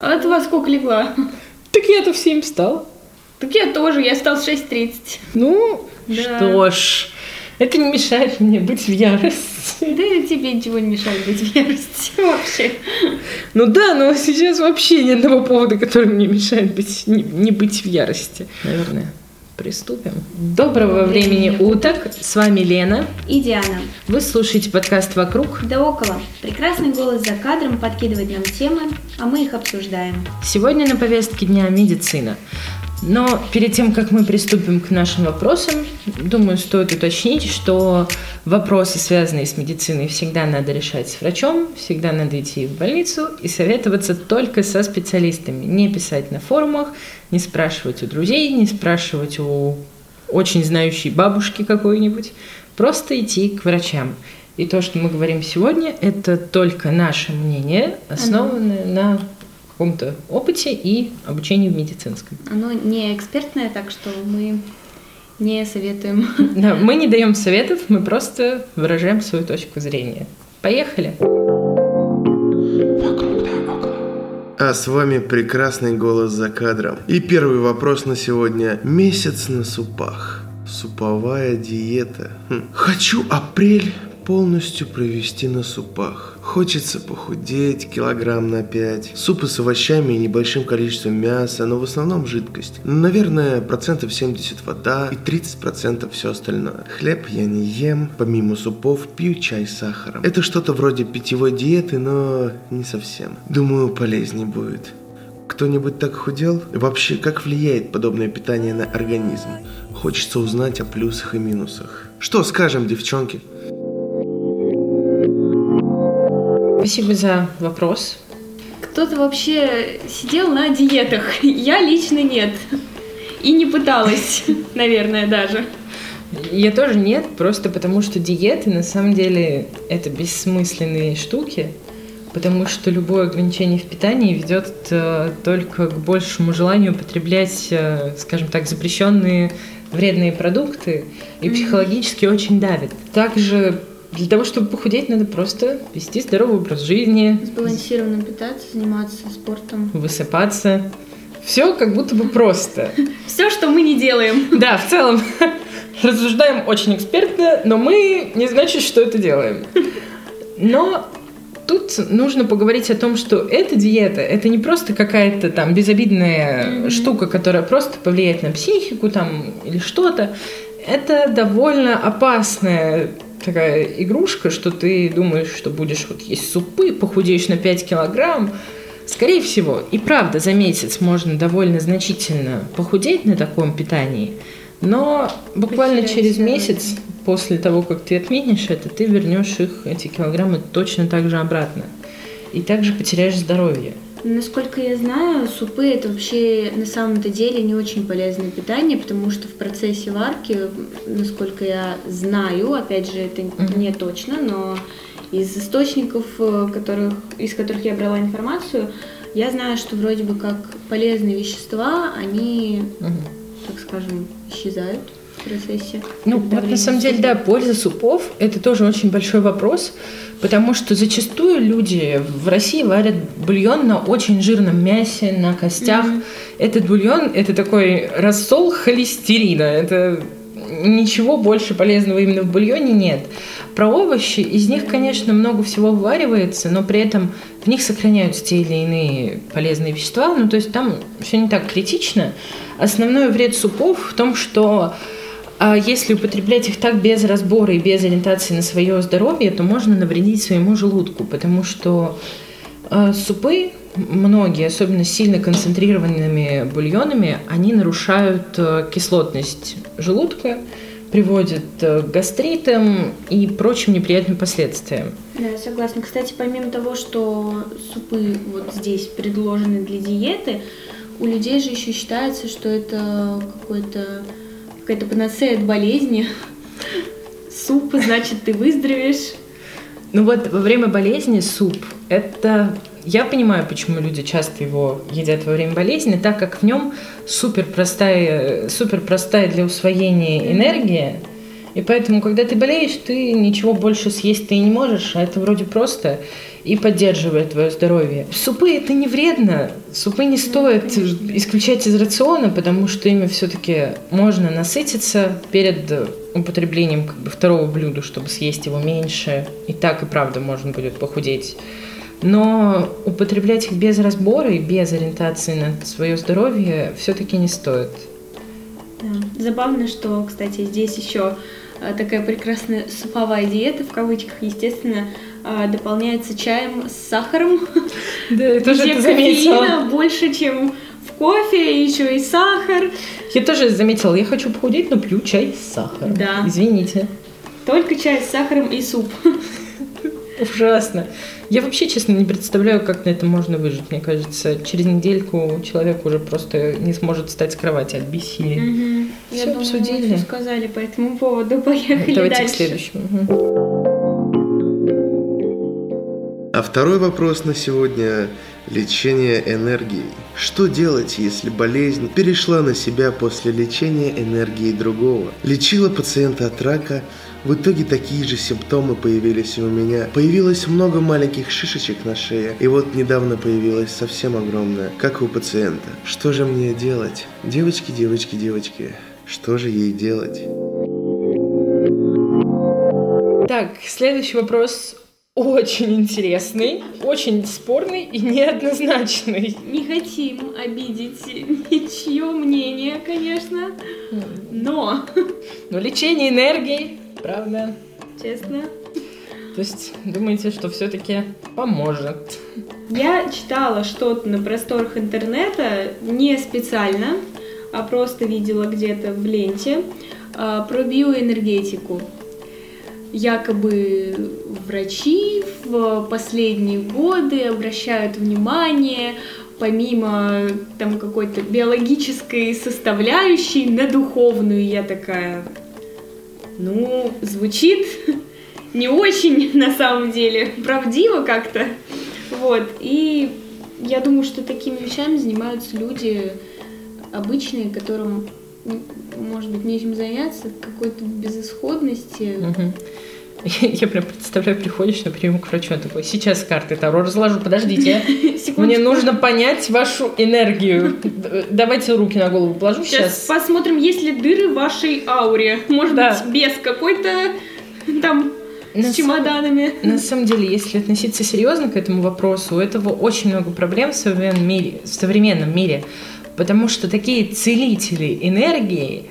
А ты во сколько легла? Так я-то в 7 встала. Так я тоже, я встала в 6:30. Ну, Да. что ж, это не мешает мне быть в ярости. Да тебе ничего не мешает быть в ярости вообще. Ну да, но сейчас вообще ни одного повода, который мне мешает не быть в ярости. Наверное, приступим. Доброго времени уток. С вами Лена и Диана. Вы слушаете подкаст «Вокруг да около». Прекрасный голос за кадром подкидывает нам темы, а мы их обсуждаем. Сегодня на повестке дня медицина. Но перед тем, как мы приступим к нашим вопросам, думаю, стоит уточнить, что вопросы, связанные с медициной, всегда надо решать с врачом, всегда надо идти в больницу и советоваться только со специалистами. Не писать на форумах, не спрашивать у друзей, не спрашивать у очень знающей бабушки какой-нибудь. Просто идти к врачам. И то, что мы говорим сегодня, это только наше мнение, основанное на каком-то опыте и обучении в медицинском. Оно не экспертное, так что мы не советуем. Да, мы не даем советов, мы просто выражаем свою точку зрения. Поехали! Вокруг да около. А с вами прекрасный голос за кадром. И первый вопрос на сегодня. Месяц на супах. Суповая диета. Хочу апрель полностью провести на супах. Хочется похудеть килограмм на 5. Супы с овощами и небольшим количеством мяса, но в основном жидкость. Наверное, 70% вода и 30% все остальное. Хлеб я не ем. Помимо супов пью чай с сахаром. Это что-то вроде питьевой диеты, но не совсем. Думаю, полезнее будет. Кто-нибудь так худел? Вообще, как влияет подобное питание на организм? Хочется узнать о плюсах и минусах. Что скажем, девчонки? Спасибо за вопрос. Кто-то вообще сидел на диетах? Я лично нет. И не пыталась, наверное, даже. Я тоже нет, просто потому что диеты на самом деле это бессмысленные штуки, потому что любое ограничение в питании ведет только к большему желанию потреблять, скажем так, запрещенные вредные продукты и психологически очень давит. Также для того, чтобы похудеть, надо просто вести здоровый образ жизни. Сбалансированно питаться, заниматься спортом. Высыпаться. Все как будто бы просто. Все, что мы не делаем. Да, в целом рассуждаем очень экспертно, но мы не значит, что это делаем. Но тут нужно поговорить о том, что эта диета, это не просто какая-то там безобидная штука, которая просто повлияет на психику там или что-то. Это довольно опасная такая игрушка, что ты думаешь, что будешь вот есть супы, похудеешь на 5 килограмм. Скорее всего, и правда, за месяц можно довольно значительно похудеть на таком питании, но буквально через месяц после того, как ты отменишь это, ты вернешь эти килограммы точно так же обратно. И также потеряешь здоровье. Насколько я знаю, супы это вообще на самом-то деле не очень полезное питание, потому что в процессе варки, насколько я знаю, опять же, это не точно, но из источников, из которых я брала информацию, я знаю, что вроде бы как полезные вещества, они, так скажем, исчезают в процессе. Ну, вот на самом деле, да, польза супов – это тоже очень большой вопрос, потому что зачастую люди в России варят бульон на очень жирном мясе, на костях. Этот бульон – это такой рассол холестерина, это ничего больше полезного именно в бульоне нет. Про овощи, из них, конечно, много всего вываривается, но при этом в них сохраняются те или иные полезные вещества, ну, то есть там все не так критично. Основной вред супов в том, что если употреблять их так без разбора и без ориентации на свое здоровье, то можно навредить своему желудку, потому что супы, многие, особенно сильно концентрированными бульонами, они нарушают кислотность желудка, приводят к гастритам и прочим неприятным последствиям. Да, я согласна. Кстати, помимо того, что супы вот здесь предложены для диеты, у людей же еще считается, что это какая-то панацея от болезни. Суп, значит, ты выздоровеешь. Ну вот во время болезни суп – это… Я понимаю, почему люди часто его едят во время болезни, так как в нем суперпростая для усвоения энергия, и поэтому, когда ты болеешь, ты ничего больше съесть ты не можешь, а это вроде просто. и поддерживает твое здоровье. Супы – это не вредно. Супы не стоит исключать из рациона, потому что ими все-таки можно насытиться перед употреблением второго блюда, чтобы съесть его меньше. И так и правда можно будет похудеть. Но употреблять их без разбора и без ориентации на свое здоровье все-таки не стоит. Да. Забавно, что, кстати, здесь еще такая прекрасная суповая диета, в кавычках, естественно, дополняется чаем с сахаром. Да, я тоже это заметила. Кофеина больше, чем в кофе, еще и сахар. Я тоже заметила, я хочу похудеть, но пью чай с сахаром. Да. Извините. Только чай с сахаром и суп. Ужасно. Я вообще, честно, не представляю, как на этом можно выжить. Мне кажется, через недельку человек уже просто не сможет встать с кровати от бессилия. Угу. Все Я думаю, обсудили. мы все сказали по этому поводу. Поехали Давайте дальше. к следующему. А второй вопрос на сегодня – лечение энергией. Что делать, если болезнь перешла на себя после лечения энергией другого? Лечила пациента от рака, в итоге такие же симптомы появились и у меня. Появилось много маленьких шишечек на шее, и вот недавно появилась совсем огромная, как у пациента. Что же мне делать? Девочки, девочки, девочки, что же ей делать? Так, следующий вопрос очень интересный, очень спорный и неоднозначный. Не хотим обидеть ничье мнение, конечно, но, Лечение энергией, правда. честно, То есть думаете, что все-таки поможет? я читала что-то на просторах интернета, не специально, а просто видела где-то в ленте, про биоэнергетику. Якобы врачи в последние годы обращают внимание, помимо там какой-то биологической составляющей, на духовную. Я такая, звучит не очень на самом деле правдиво как-то. Вот, и я думаю, что такими вещами занимаются люди обычные, которым, может быть, нечем заняться, какой-то безысходности. Я прям представляю, приходишь на прием к врачу, он такой: сейчас карты Таро разложу, подождите. Секундочку. Мне нужно понять вашу энергию. Давайте руки на голову положу Сейчас сейчас. посмотрим, есть ли дыры в вашей ауре. Может Да. быть, без какой-то там с чемоданами. На самом деле, если относиться серьезно к этому вопросу, у этого очень много проблем в современном мире, потому что такие целители энергии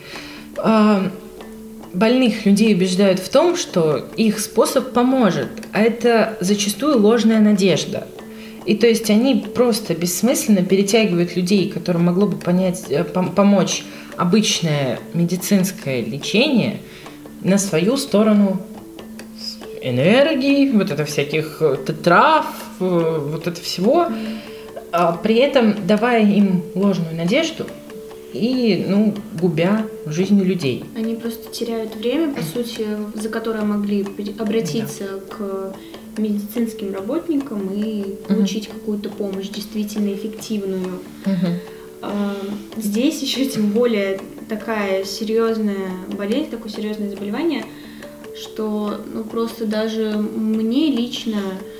больных людей убеждают в том, что их способ поможет, а это зачастую ложная надежда. И то есть они просто бессмысленно перетягивают людей, которым могло бы помочь обычное медицинское лечение, на свою сторону энергии, вот это всяких трав, вот это всего, при этом давая им ложную надежду и, губя жизнь людей. Они просто теряют время, по сути, за которое могли обратиться к медицинским работникам и получить какую-то помощь действительно эффективную. Здесь еще тем более такая серьезная болезнь, такое серьезное заболевание, что просто даже мне лично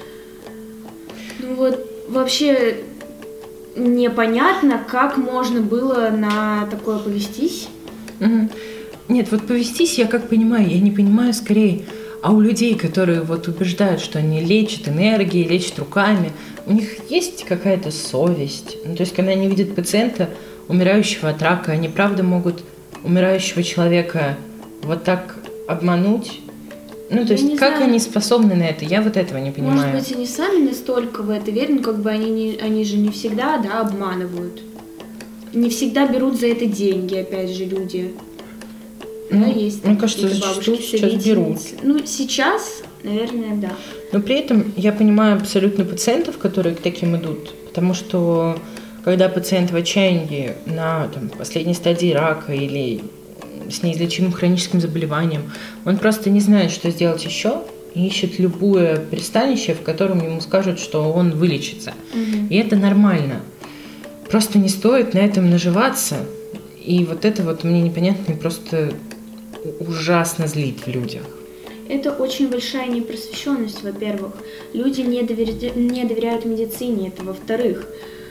вообще непонятно, как можно было на такое повестись. Нет, повестись, я как понимаю, я не понимаю скорее, а у людей, которые убеждают, что они лечат энергией, лечат руками, у них есть какая-то совесть. То есть, когда они видят пациента, умирающего от рака, они правда могут умирающего человека вот так обмануть? То есть, как они способны на это? Я этого не понимаю. Может быть, они сами настолько в это верят, они же не всегда, обманывают. Не всегда берут за это деньги, опять же, люди. Есть. Мне кажется, зачастую сейчас берут. Сейчас, наверное, да. Но при этом я понимаю абсолютно пациентов, которые к таким идут, потому что когда пациент в отчаянии на последней стадии рака или с неизлечимым хроническим заболеванием, он просто не знает, что сделать еще, и ищет любое пристанище, в котором ему скажут, что он вылечится. И это нормально. Просто не стоит на этом наживаться. И это мне непонятно и просто ужасно злит в людях. Это очень большая непросвещенность, во-первых. Люди не доверяют медицине, это во-вторых.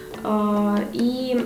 И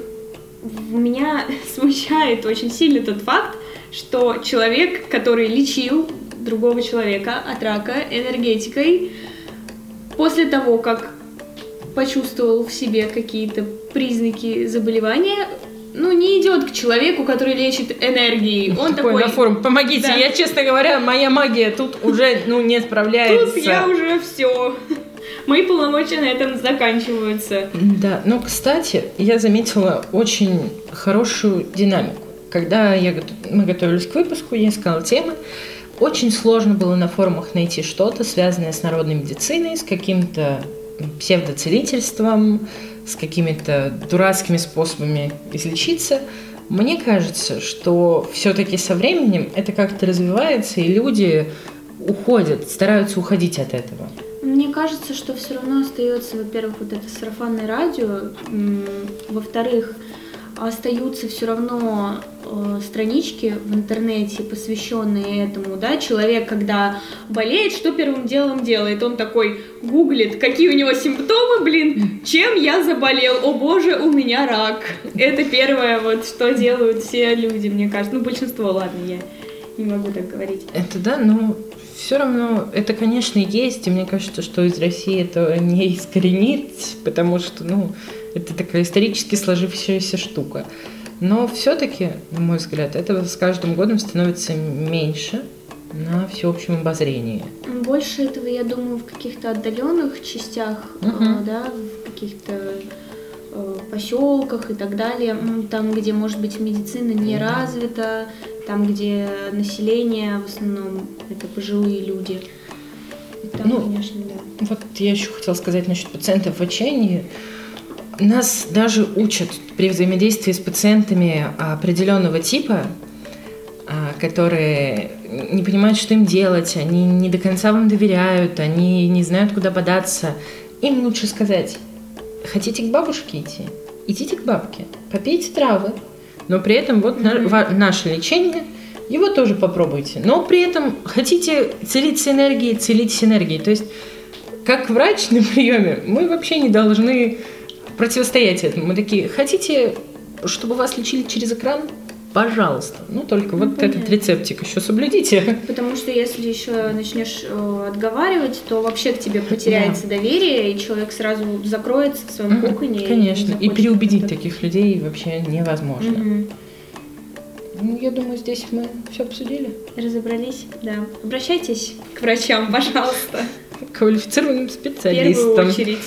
меня смущает очень сильно тот факт, что человек, который лечил другого человека от рака энергетикой, после того, как почувствовал в себе какие-то признаки заболевания, не идет к человеку, который лечит энергией. Он такой на форум: помогите, да. Я, честно говоря, моя магия тут уже, не справляется. Тут я уже все. Мои полномочия на этом заканчиваются. Да, кстати, я заметила очень хорошую динамику. Когда мы готовились к выпуску, я искала темы. Очень сложно было на форумах найти что-то, связанное с народной медициной, с каким-то псевдоцелительством, с какими-то дурацкими способами излечиться. Мне кажется, что все-таки со временем это как-то развивается, и люди уходят, стараются уходить от этого. Мне кажется, что все равно остается, во-первых, вот это сарафанное радио, во-вторых, остаются все равно странички в интернете, посвященные этому, да, человек, когда болеет, что первым делом делает? Он такой гуглит, какие у него симптомы, чем я заболел, о боже, у меня рак. Это первое, что делают все люди, мне кажется, большинство, ладно, я не могу так говорить. Это да, все равно это, конечно, есть, и мне кажется, что из России это не искоренить, потому что, это такая исторически сложившаяся штука. Но все-таки, на мой взгляд, этого с каждым годом становится меньше на всеобщем обозрении. Больше этого, я думаю, в каких-то отдаленных частях, да, в каких-то поселках и так далее, там, где, может быть, медицина не развита, там, где население в основном это пожилые люди. И там, конечно, да. Вот я еще хотела сказать насчет пациентов в отчаянии. Нас даже учат при взаимодействии с пациентами определенного типа, которые не понимают, что им делать, они не до конца вам доверяют, они не знают, куда податься. Им лучше сказать: хотите к бабушке идти? Идите к бабке, попейте травы, но при этом наше лечение, его тоже попробуйте. Но при этом хотите целиться энергией, целитесь энергией. То есть, как врач на приеме, мы вообще не должны противостоять этому. Мы такие: хотите, чтобы вас лечили через экран? Пожалуйста. Только этот рецептик еще соблюдите. Потому что если еще начнешь отговаривать, то вообще к тебе потеряется доверие, и человек сразу закроется в своем коконе. Конечно. И переубедить таких людей вообще невозможно. Я думаю, здесь мы все обсудили. Разобрались, да. Обращайтесь к врачам, пожалуйста. К квалифицированным специалистам. В первую очередь.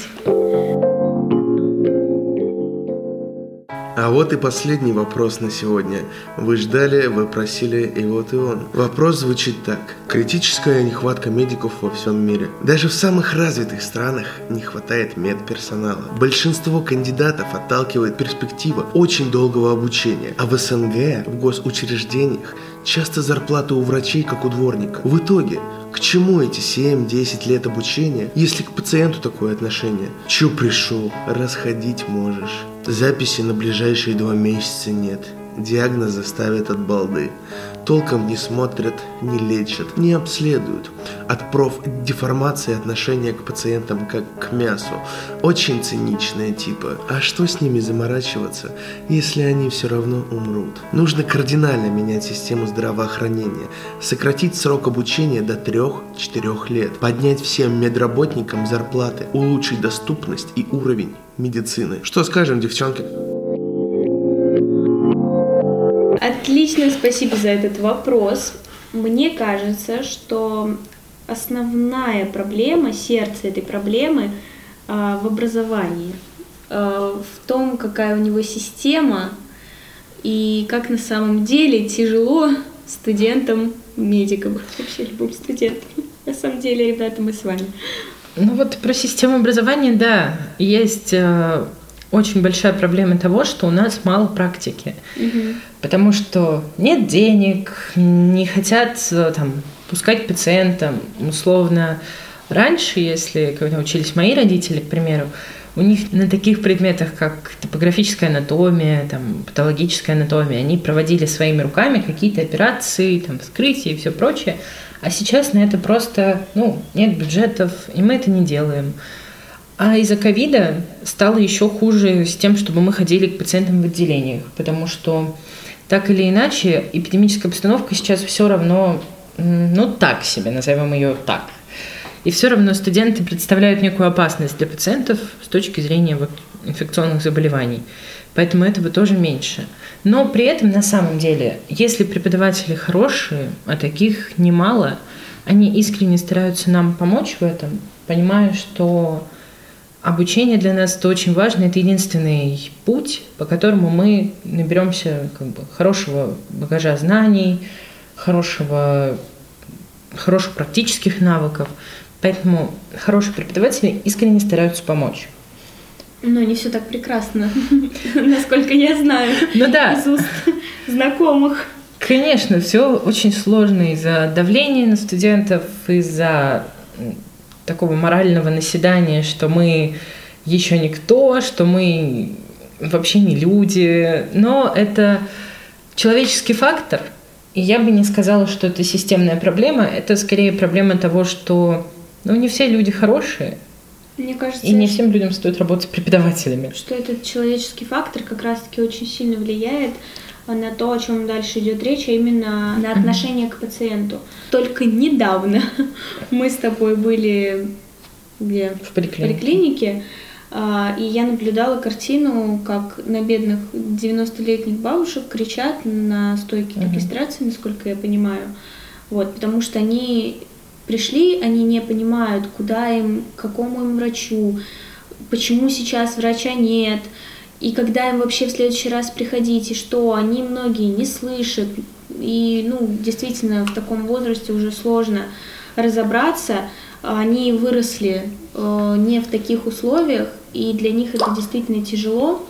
А вот и последний вопрос на сегодня. Вы ждали, вы просили, и вот и он. Вопрос звучит так. Критическая нехватка медиков во всем мире. Даже в самых развитых странах не хватает медперсонала. Большинство кандидатов отталкивает перспектива очень долгого обучения. А в СНГ, в госучреждениях, часто зарплата у врачей как у дворников. В итоге, к чему эти 7-10 лет обучения, если к пациенту такое отношение? Чё пришел, расходить можешь. Записи на ближайшие 2 месяца нет. Диагнозы ставят от балды. Толком не смотрят, не лечат, не обследуют. От профдеформации отношения к пациентам как к мясу. Очень циничные типа. А что с ними заморачиваться, если они все равно умрут? Нужно кардинально менять систему здравоохранения. Сократить срок обучения до 3-4 лет. Поднять всем медработникам зарплаты. Улучшить доступность и уровень медицины. Что скажем, девчонки? Отлично, спасибо за этот вопрос. Мне кажется, что основная проблема, сердце этой проблемы в образовании, в том, какая у него система и как на самом деле тяжело студентам, медикам, вообще любым студентам. На самом деле, ребята, мы с вами. Про систему образования, да, есть очень большая проблема того, что у нас мало практики. Потому что нет денег, не хотят пускать пациентам. Условно, раньше, когда учились мои родители, к примеру, у них на таких предметах, как топографическая анатомия, там, патологическая анатомия, они проводили своими руками какие-то операции, там, вскрытия и все прочее. А сейчас на это просто, нет бюджетов, и мы это не делаем. А из-за ковида стало еще хуже с тем, чтобы мы ходили к пациентам в отделениях, потому что так или иначе эпидемическая обстановка сейчас все равно, так себе, назовем ее так. И все равно студенты представляют некую опасность для пациентов с точки зрения инфекционных заболеваний. Поэтому этого тоже меньше. Но при этом, на самом деле, если преподаватели хорошие, а таких немало, они искренне стараются нам помочь в этом, понимая, что обучение для нас это очень важно, это единственный путь, по которому мы наберемся хорошего багажа знаний, хороших практических навыков. Поэтому хорошие преподаватели искренне стараются помочь. Но не все так прекрасно, насколько я знаю, из уст знакомых. Конечно, все очень сложно из-за давления на студентов, из-за такого морального наседания, что мы еще никто, что мы вообще не люди. Но это человеческий фактор, и я бы не сказала, что это системная проблема. Это скорее проблема того, что не все люди хорошие. Мне кажется, и не всем людям стоит работать с преподавателями. Что этот человеческий фактор как раз-таки очень сильно влияет на то, о чем дальше идет речь, а именно на отношение к пациенту. Только недавно мы с тобой были в поликлинике, и я наблюдала картину, как на бедных 90-летних бабушек кричат на стойке регистрации, насколько я понимаю. Потому что они пришли, они не понимают, куда им, к какому им врачу, почему сейчас врача нет, и когда им вообще в следующий раз приходить, и что они многие не слышат, и действительно в таком возрасте уже сложно разобраться, они выросли не в таких условиях, и для них это действительно тяжело.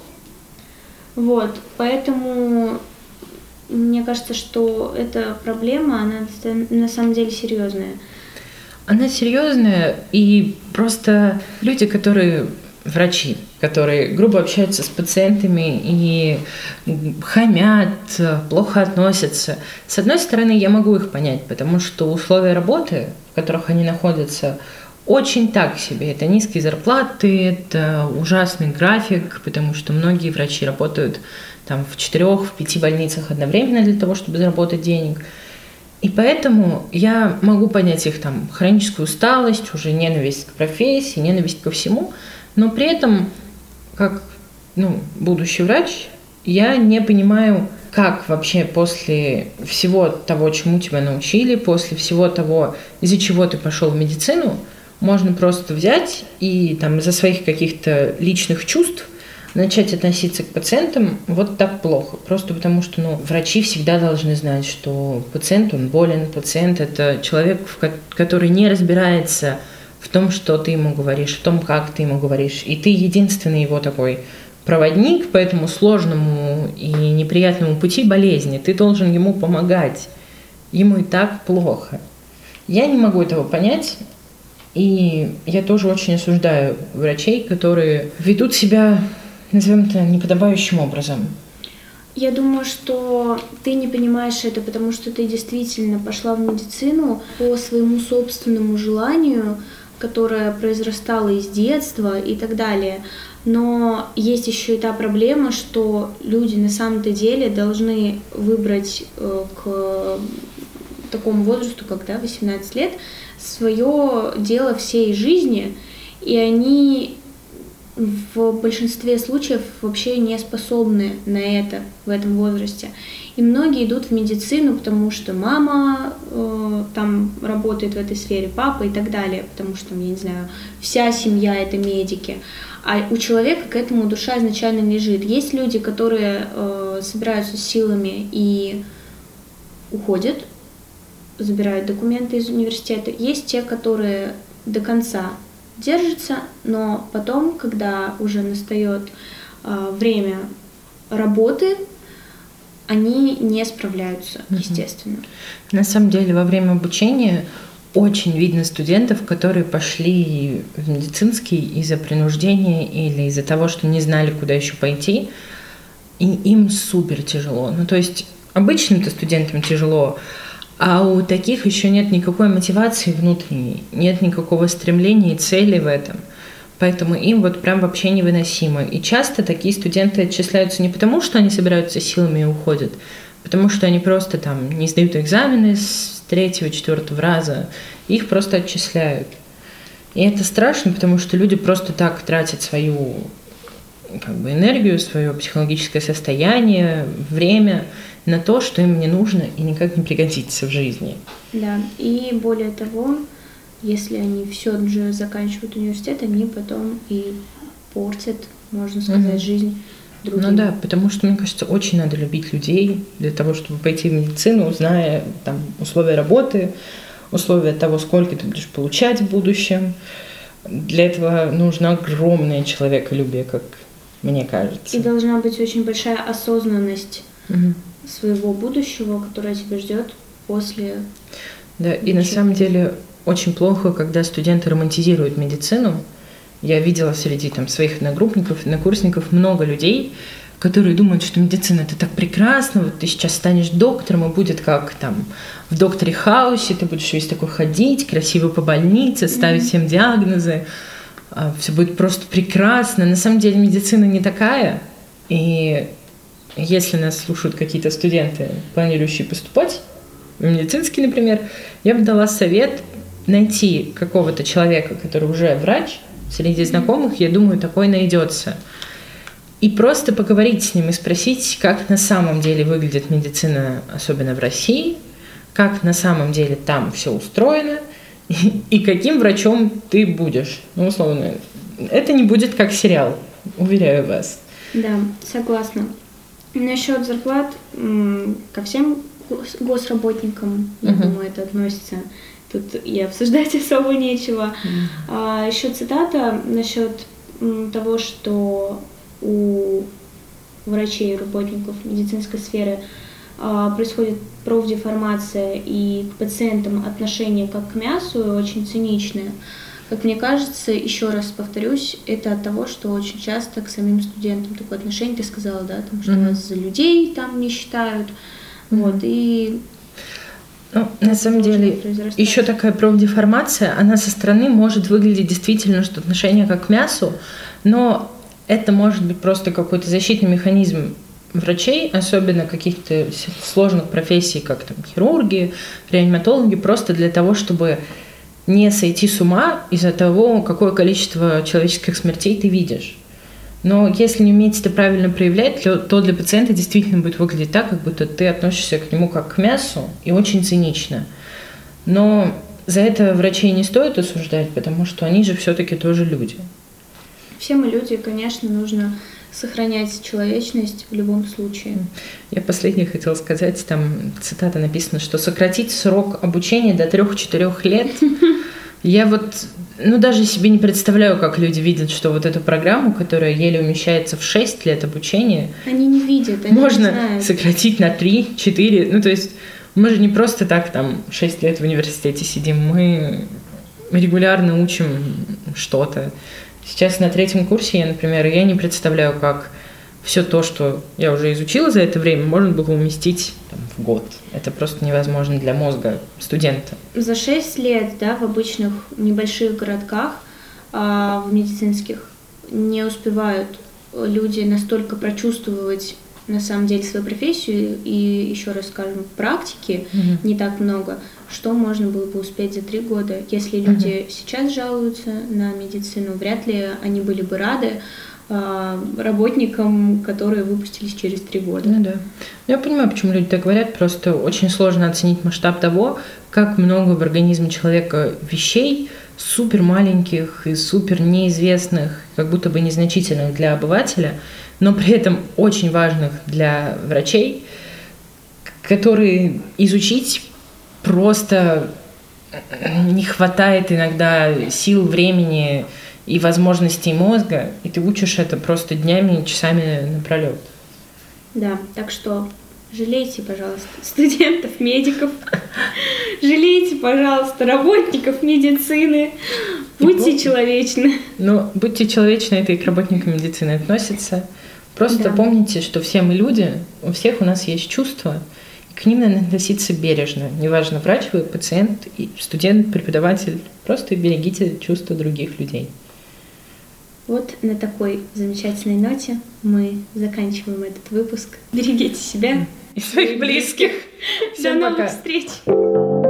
Поэтому мне кажется, что эта проблема, она на самом деле серьезная. Она серьезная, и просто люди, врачи, которые грубо общаются с пациентами и хамят, плохо относятся. С одной стороны, я могу их понять, потому что условия работы, в которых они находятся, очень так себе. Это низкие зарплаты, это ужасный график, потому что многие врачи работают в 4-5 больницах одновременно для того, чтобы заработать денег. И поэтому я могу понять их хроническую усталость, уже ненависть к профессии, ненависть ко всему, но при этом, как будущий врач, я не понимаю, как вообще после всего того, чему тебя научили, после всего того, из-за чего ты пошел в медицину, можно просто взять и из-за своих каких-то личных чувств начать относиться к пациентам так плохо. Просто потому что врачи всегда должны знать, что пациент, он болен, пациент – это человек, который не разбирается в том, что ты ему говоришь, в том, как ты ему говоришь. И ты единственный его такой проводник по этому сложному и неприятному пути болезни. Ты должен ему помогать. Ему и так плохо. Я не могу этого понять. И я тоже очень осуждаю врачей, которые ведут себя, назовем это, неподобающим образом. Я думаю, что ты не понимаешь это, потому что ты действительно пошла в медицину по своему собственному желанию, которое произрастало из детства и так далее. Но есть еще и та проблема, что люди на самом-то деле должны выбрать к такому возрасту, как 18 лет, свое дело всей жизни, и они в большинстве случаев вообще не способны на это в этом возрасте. И многие идут в медицину, потому что мама там работает в этой сфере, папа и так далее, потому что, я не знаю, вся семья — это медики. А у человека к этому душа изначально лежит. Есть люди, которые собираются с силами и уходят, забирают документы из университета. Есть те, которые до конца держатся, но потом, когда уже настает время работы, они не справляются, естественно. На самом деле, во время обучения очень видно студентов, которые пошли в медицинский из-за принуждения или из-за того, что не знали, куда еще пойти, и им супер тяжело. Ну, то есть обычным-то студентам тяжело, а у таких еще нет никакой мотивации внутренней, нет никакого стремления и цели в этом. Поэтому им вот прям вообще невыносимо. И часто такие студенты отчисляются не потому, что они собираются силами и уходят, потому что они просто там не сдают экзамены с 3-4 раза, их просто отчисляют. И это страшно, потому что люди просто так тратят свою энергию, свое психологическое состояние, время на то, что им не нужно и никак не пригодится в жизни. Да, и более того, если они все же заканчивают университет, они потом и портят, можно сказать, жизнь другим. Ну да, потому что, мне кажется, очень надо любить людей для того, чтобы пойти в медицину, зная там условия работы, условия того, сколько ты будешь получать в будущем. Для этого нужно огромное человеколюбие, как мне кажется. И должна быть очень большая осознанность своего будущего, которое тебя ждет после. Да, и на самом деле очень плохо, когда студенты романтизируют медицину. Я видела среди своих однокурсников много людей, которые думают, что медицина – это так прекрасно, вот ты сейчас станешь доктором, и будет как в «Докторе Хаусе», ты будешь весь такой ходить, красиво по больнице, ставить всем диагнозы, все будет просто прекрасно. На самом деле медицина не такая, и если нас слушают какие-то студенты, планирующие поступать в медицинский, например, я бы дала совет найти какого-то человека, который уже врач. Среди знакомых, я думаю, такой найдется. И просто поговорить с ним и спросить, как на самом деле выглядит медицина, особенно в России, как на самом деле там все устроено, и каким врачом ты будешь. Ну, условно, это не будет как сериал, уверяю вас. Да, согласна. Насчет зарплат ко всем госработникам, я думаю, это относится. Тут и обсуждать особо нечего. Еще цитата насчет того, что у врачей, работников медицинской сферы происходит профдеформация и к пациентам отношение как к мясу очень циничное. Как мне кажется, еще раз повторюсь, это от того, что очень часто к самим студентам такое отношение, ты сказала, да, что вас за людей там не считают, вот, и... Ну, на самом деле, еще такая профдеформация, она со стороны может выглядеть действительно, что отношение как к мясу, но это может быть просто какой-то защитный механизм врачей, особенно каких-то сложных профессий, как хирурги, реаниматологи, просто для того, чтобы не сойти с ума из-за того, какое количество человеческих смертей ты видишь. Но если не уметь это правильно проявлять, то для пациента действительно будет выглядеть так, как будто ты относишься к нему как к мясу и очень цинично. Но за это врачей не стоит осуждать, потому что они же все-таки тоже люди. Все мы люди, конечно, нужно сохранять человечность в любом случае. Я последнее хотела сказать, там цитата написана, что сократить срок обучения до 3-4 лет. Я даже себе не представляю, как люди видят, что вот эту программу, которая еле умещается в 6 лет обучения, они не видят, они можно не знают. сократить на 3-4. Ну, то есть мы же не просто так 6 лет в университете сидим, мы регулярно учим что-то. Сейчас на 3-м курсе я не представляю, как все то, что я уже изучила за это время, можно было уместить в год. Это просто невозможно для мозга студента. За 6 лет, в обычных небольших городках, в медицинских, не успевают люди настолько прочувствовать на самом деле свою профессию, и еще раз скажем, практики не так много, что можно было бы успеть за 3 года. Если люди сейчас жалуются на медицину, вряд ли они были бы рады работникам, которые выпустились через 3 года. Ну да. Я понимаю, почему люди так говорят, просто очень сложно оценить масштаб того, как много в организме человека вещей, супер маленьких и супер неизвестных, как будто бы незначительных для обывателя, но при этом очень важных для врачей, которые изучить просто не хватает иногда сил, времени и возможностей мозга, и ты учишь это просто днями и часами напролет. Да, так что жалейте, пожалуйста, студентов, медиков, жалейте, пожалуйста, работников медицины, будьте человечны. Ну, будьте человечны, это и к работникам медицины относится. Просто помните, что все мы люди, у всех у нас есть чувства, и к ним надо относиться бережно. Неважно, врач вы, пациент, студент, преподаватель, просто берегите чувства других людей. Вот на такой замечательной ноте мы заканчиваем этот выпуск. Берегите себя и своих близких. До новых встреч!